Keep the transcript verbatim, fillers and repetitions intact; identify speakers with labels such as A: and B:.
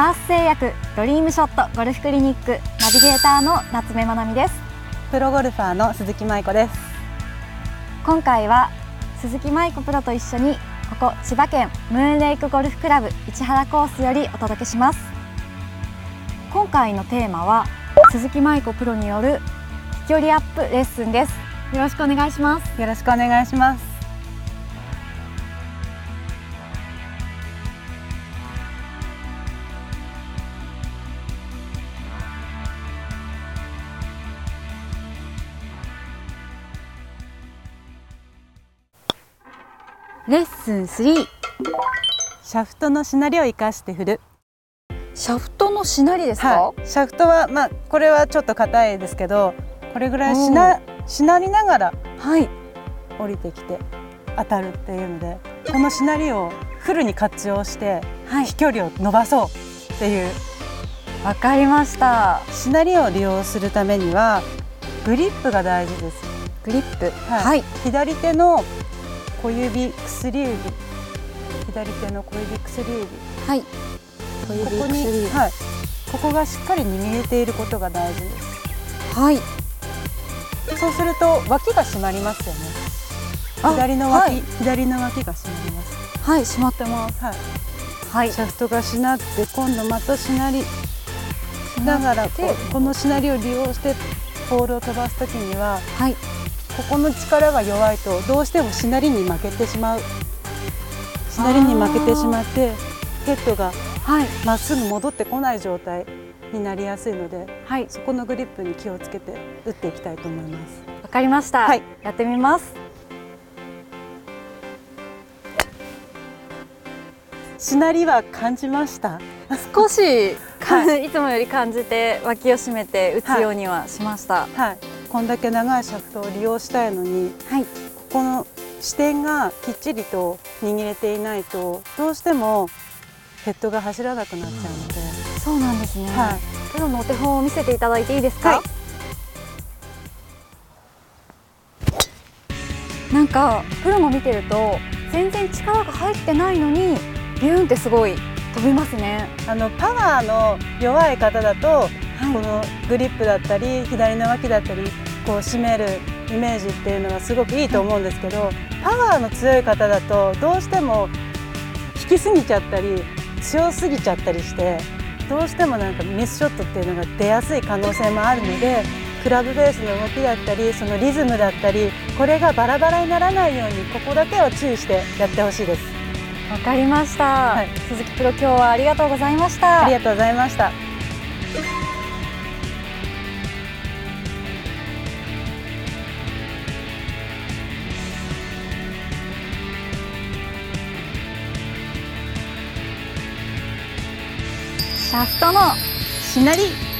A: アース製薬ドリームショットゴルフクリニックナビゲーターの夏目まなみです。
B: プロゴルファーの鈴木舞子です。
A: 今回は鈴木舞子プロと一緒にここ千葉県ムーンレイクゴルフクラブ市原コースよりお届けします。今回のテーマは鈴木舞子プロによる飛距離アップレッスンです。よろしくお願いします。
B: よろしくお願いします。
A: レッスンスリー、
B: シャフトのしなりを生かして振る。
A: シャフトのしなりですか？
B: はい、シャフトはまあこれはちょっと硬いですけど、これぐらいしなしなりながら
A: はい
B: 降りてきて当たるっていうので、このしなりをフルに活用して飛距離を伸ばそうっていう。
A: わかりました。
B: しなりを利用するためにはグリップが大事です。
A: グリップ、
B: はい、はい、左手の小指、薬指、左手の小指、薬指、
A: はい、小指、
B: ここに、はい、ここがしっかり握れていることが大事です。はい。そうすると脇が締まりますよね。左の脇、はい、左の脇が締まります。
A: はい、締まってます。はい。はい、
B: シャフトがしなって、今度またしなりながら、ここのしなりを利用してボールを飛ばすときには、はい、ここの力が弱いとどうしてもしなりに負けてしまう。しなりに負けてしまってヘッドがまっすぐ戻ってこない状態になりやすいので、はい、そこのグリップに気をつけて打っていきたいと思います。
A: わかりました、はい、やってみます。
B: しなりは感じました？
A: 少し、はい、いつもより感じて脇を締めて打つようにはしました。はいはい、
B: こんだけ長いシャフトを利用したいのに、はい、ここの支点がきっちりと握れていないとどうしてもヘッドが走らなくなっちゃうので、
A: うん、そうなんですね。はい、プロのお手本を見せていただいていいですか？はい、なんかプロの見てると全然力が入ってないのにビューンってすごい飛びますね。
B: あのパワーの弱い方だと、はい、このグリップだったり左の脇だったりこう締めるイメージっていうのがすごくいいと思うんですけど、はい、パワーの強い方だとどうしても引きすぎちゃったり強すぎちゃったりしてどうしてもなんかミスショットっていうのが出やすい可能性もあるので、クラブベースの動きだったりそのリズムだったりこれがバラバラにならないようにここだけは注意してやってほしいです。
A: わかりました、はい、鈴木プロ今日はありがとうございました。
B: ありがとうございました。
A: シャフトの
B: しなり。